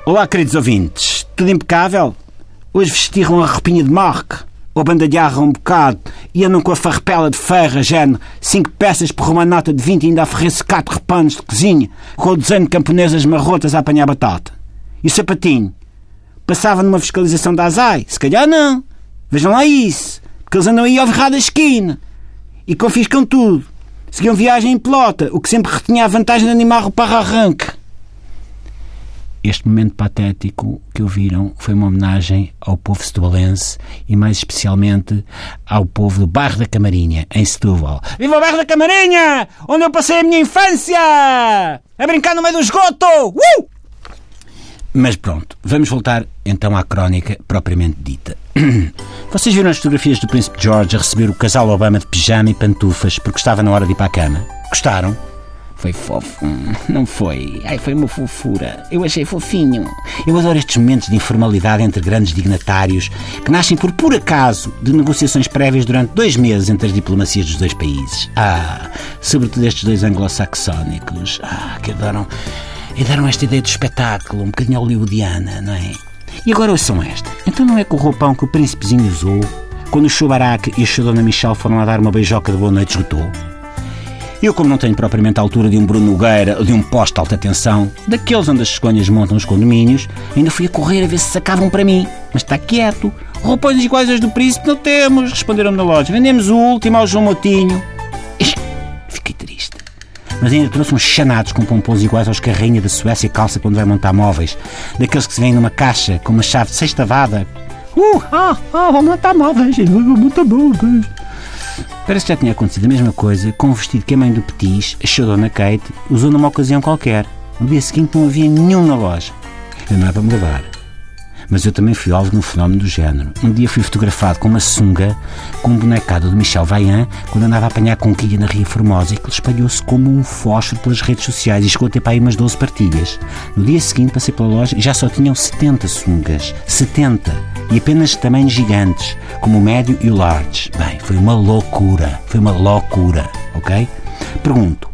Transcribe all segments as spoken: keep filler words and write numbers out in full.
Olá, queridos ouvintes. Tudo impecável? Hoje vestiram a roupinha de marque, ou bandalharam um bocado e andam com a farrapela de ferro, género cinco peças por uma nota de vinte e ainda a ferrer-se quatro repanos de cozinha com o desenho de camponesas marrotas a apanhar batata. E o sapatinho? Passava numa fiscalização da A S A I? Se calhar não. Vejam lá isso. Porque eles andam aí ao virrar da esquina. E confiscam tudo. Seguiam viagem em pelota, o que sempre retinha a vantagem de animar o para arranque. Este momento patético que ouviram foi uma homenagem ao povo setubalense e mais especialmente ao povo do bairro da Camarinha, em Setúbal. Viva o bairro da Camarinha! Onde eu passei a minha infância! A brincar no meio do esgoto! Uh! Mas pronto, vamos voltar então à crónica propriamente dita. Vocês viram as fotografias do Príncipe George a receber o casal Obama de pijama e pantufas porque estava na hora de ir para a cama? Gostaram? Foi fofo. Não foi? Ai, foi uma fofura. Eu achei fofinho. Eu adoro estes momentos de informalidade entre grandes dignatários que nascem por puro acaso de negociações prévias durante dois meses entre as diplomacias dos dois países. Ah, sobretudo estes dois anglo-saxónicos. Ah, que adoram, adoram esta ideia de espetáculo, um bocadinho hollywoodiana, não é? E agora ouçam esta. Então não é que o roupão que o príncipezinho usou quando o Chubaraque e a sua dona Michelle foram lá dar uma beijoca de boa noite esgotou? Eu, como não tenho propriamente a altura de um Bruno Nogueira ou de um poste de alta tensão, daqueles onde as cegonhas montam os condomínios, ainda fui a correr a ver se sacavam para mim. Mas está quieto. Roupões iguais aos do príncipe não temos, responderam-me na loja. Vendemos o último ao João Moutinho. Ixi, fiquei triste. Mas ainda trouxe uns chanados com pompons iguais aos que a rainha da Suécia calça quando vai montar móveis. Daqueles que se vêm numa caixa com uma chave de sextavada. Uh, ah, ah, vou montar móveis, vou montar móveis. Parece que já tinha acontecido a mesma coisa com o vestido que a mãe do Petis, a sua dona Kate, usou numa ocasião qualquer. No dia seguinte não havia nenhum na loja. Eu não é para me gabar, mas eu também fui alvo de um fenómeno do género. Um dia fui fotografado com uma sunga com um bonecado de Michel Vaillant quando andava a apanhar conquilha na Ria Formosa e que espalhou-se como um fósforo pelas redes sociais e chegou a ter para aí umas doze partilhas. No dia seguinte passei pela loja e já só tinham setenta sungas. setenta! E apenas de tamanhos gigantes, como o médio e o large. Bem, foi uma loucura. Foi uma loucura, ok? Pergunto.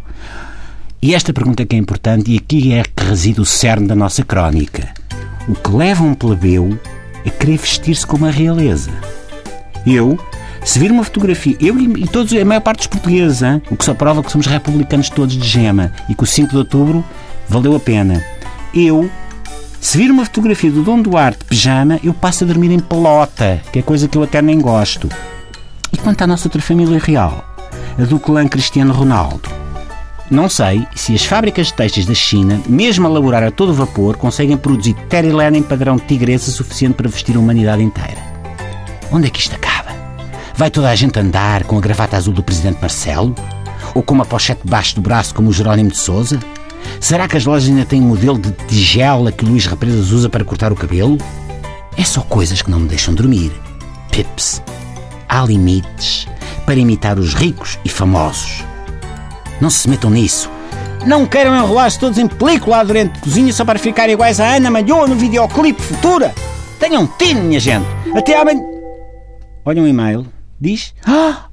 E esta pergunta é que é importante e aqui é que reside o cerne da nossa crónica. O que leva um plebeu a querer vestir-se como a realeza? Eu, se vir uma fotografia, eu e todos, a maior parte dos portugueses, hein? O que só prova que somos republicanos todos de gema e que o cinco de outubro valeu a pena. Eu, se vir uma fotografia do Dom Duarte de pijama, eu passo a dormir em pelota, que é coisa que eu até nem gosto. E quanto à nossa outra família real, a do clã Cristiano Ronaldo? Não sei se as fábricas de têxteis da China, mesmo a laborar a todo vapor, conseguem produzir terilene em padrão tigresa suficiente para vestir a humanidade inteira. Onde é que isto acaba? Vai toda a gente andar com a gravata azul do presidente Marcelo? Ou com uma pochete debaixo do braço como o Jerónimo de Sousa? Será que as lojas ainda têm modelo de tigela que o Luís Represas usa para cortar o cabelo? É só coisas que não me deixam dormir. Pips. Há limites para imitar os ricos e famosos. Não se metam nisso. Não queiram enrolar-se todos em película lá durante de cozinha só para ficar iguais a Ana Malhoa no videoclipe Futura. Tenham tino, minha gente. Até amanhã. Olha um e-mail. Diz... Ah!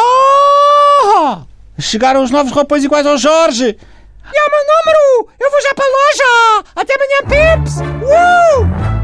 Ah! Chegaram os novos roupões iguais ao Jorge. E é o meu número! Eu vou já para a loja! Até amanhã, Pips! Uh!